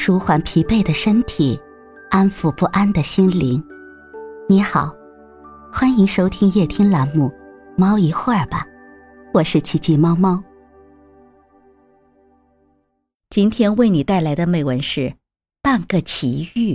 舒缓疲惫的身体，安抚不安的心灵。你好，欢迎收听夜听栏目《猫一会儿吧》，我是奇迹猫猫。今天为你带来的美文是半个奇遇。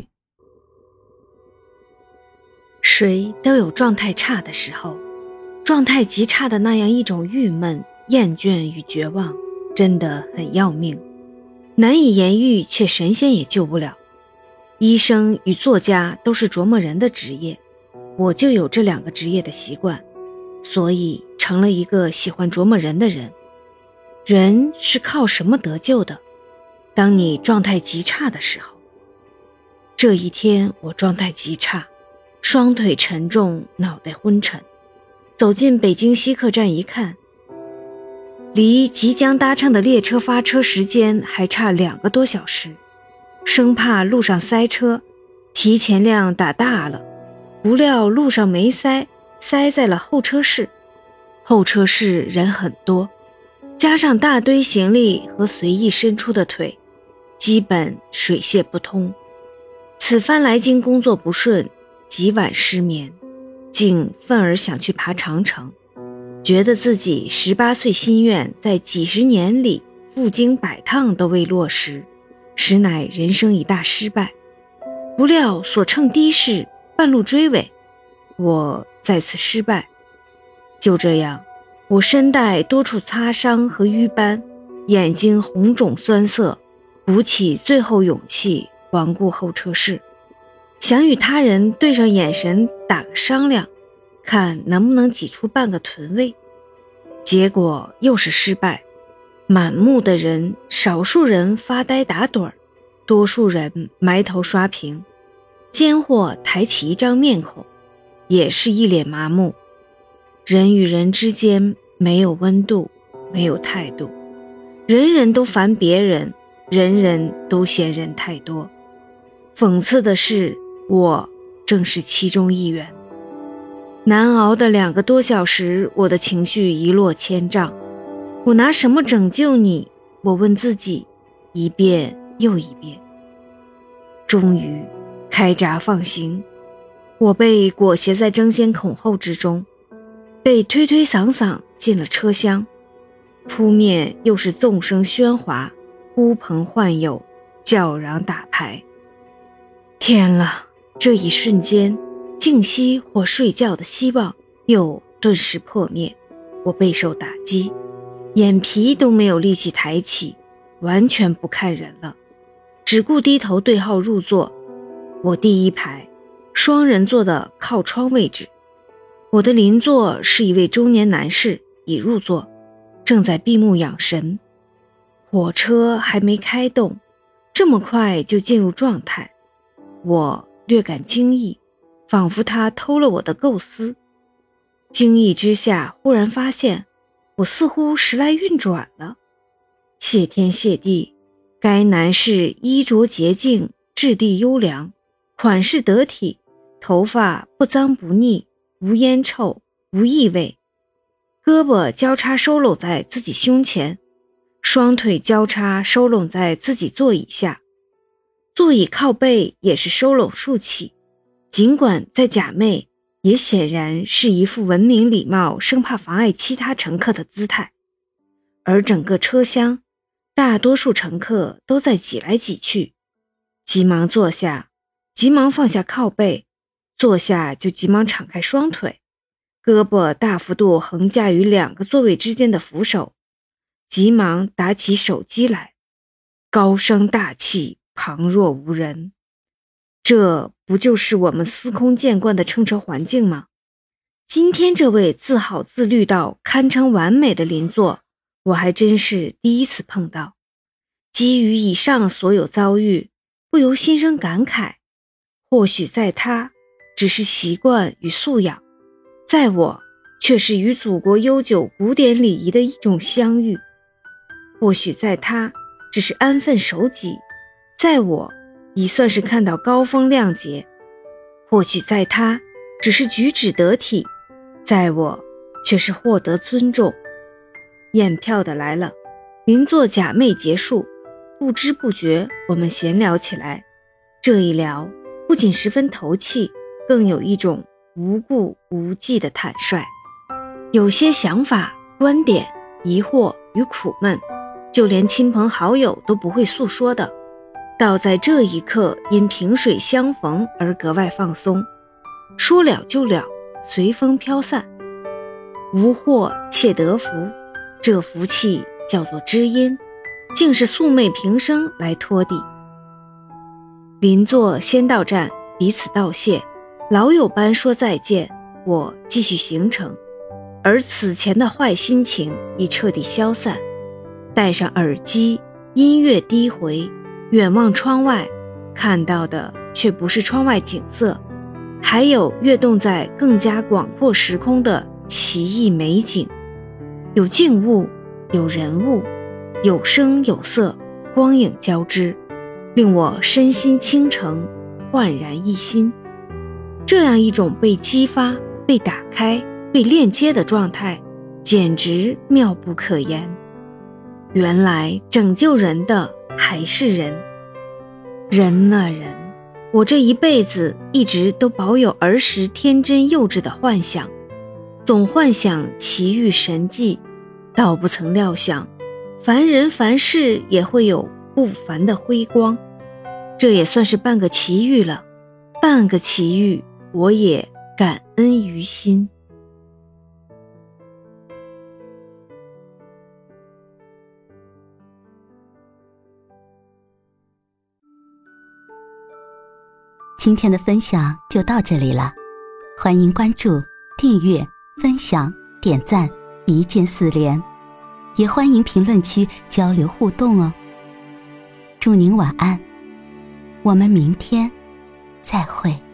谁都有状态差的时候，状态极差的那样一种郁闷、厌倦与绝望，真的很要命，难以言喻，却神仙也救不了。医生与作家都是琢磨人的职业，我就有这两个职业的习惯，所以成了一个喜欢琢磨人的人。人是靠什么得救的？当你状态极差的时候。这一天我状态极差，双腿沉重，脑袋昏沉。走进北京西客站一看，离即将搭乘的列车发车时间还差2个多小时，生怕路上塞车，提前量打大了，不料路上没塞，塞在了候车室。候车室人很多，加上大堆行李和随意伸出的腿，基本水泄不通。此番来京工作不顺，几晚失眠，竟愤而想去爬长城，觉得自己18岁心愿在几十年里赴京100趟都未落实，实乃人生一大失败。不料所乘的士半路追尾，我再次失败。就这样，我身带多处擦伤和瘀斑，眼睛红肿酸涩，鼓起最后勇气环顾候车室，想与他人对上眼神打个商量，看能不能挤出半个臀位。结果又是失败，满目的人，少数人发呆打盹儿，多数人埋头刷屏，间或抬起一张面孔，也是一脸麻木。人与人之间没有温度，没有态度，人人都烦别人，人人都嫌人太多。讽刺的是，我正是其中一员。难熬的2个多小时，我的情绪一落千丈。我拿什么拯救你？我问自己，一遍又一遍。终于开闸放行，我被裹挟在争先恐后之中，被推推搡搡进了车厢，扑面又是纵声喧哗，呼朋唤友，叫嚷打牌。天了，这一瞬间，静息或睡觉的希望又顿时破灭。我备受打击，眼皮都没有力气抬起，完全不看人了，只顾低头对号入座。我第一排，双人座的靠窗位置。我的邻座是一位中年男士，已入座，正在闭目养神。火车还没开动，这么快就进入状态，我略感惊异，仿佛他偷了我的构思。惊异之下，忽然发现我似乎时来运转了。谢天谢地，该男士衣着洁净，质地优良，款式得体，头发不脏不腻，无烟臭，无异味，胳膊交叉收拢在自己胸前，双腿交叉收拢在自己座椅下，座椅靠背也是收拢竖起，尽管在假寐，也显然是一副文明礼貌，生怕妨碍其他乘客的姿态。而整个车厢，大多数乘客都在挤来挤去，急忙坐下，急忙放下靠背，坐下就急忙敞开双腿，胳膊大幅度横架于2个座位之间的扶手，急忙打起手机来，高声大气，旁若无人。这不就是我们司空见惯的乘车环境吗？今天这位自好自律到堪称完美的邻座，我还真是第一次碰到。基于以上所有遭遇，不由心生感慨，或许在他只是习惯与素养，在我却是与祖国悠久古典礼仪的一种相遇。或许在他只是安分守己，在我已算是看到高风亮节。或许在他只是举止得体，在我却是获得尊重。验票的来了，邻座假寐结束， 不知不觉我们闲聊起来。这一聊不仅十分投气，更有一种无故无忌的坦率。有些想法、观点、疑惑与苦闷，就连亲朋好友都不会诉说的，倒在这一刻因萍水相逢而格外放松，说了就了，随风飘散。无祸且得福，这福气叫做知音，竟是素昧平生来托底。邻座先到站，彼此道谢，老友般说再见，我继续行程，而此前的坏心情已彻底消散。戴上耳机，音乐低回，远望窗外，看到的却不是窗外景色，还有跃动在更加广阔时空的奇异美景。有静物，有人物，有声有色，光影交织，令我身心倾城，焕然一新。这样一种被激发、被打开、被链接的状态，简直妙不可言。原来拯救人的还是人。人啊人，我这一辈子一直都保有儿时天真幼稚的幻想，总幻想奇遇神迹，倒不曾料想凡人凡事也会有不凡的辉光。这也算是半个奇遇了，半个奇遇，我也感恩于心。 今天的分享就到这里了，欢迎关注、订阅、分享、点赞，一键4连，也欢迎评论区交流互动哦。祝您晚安，我们明天再会。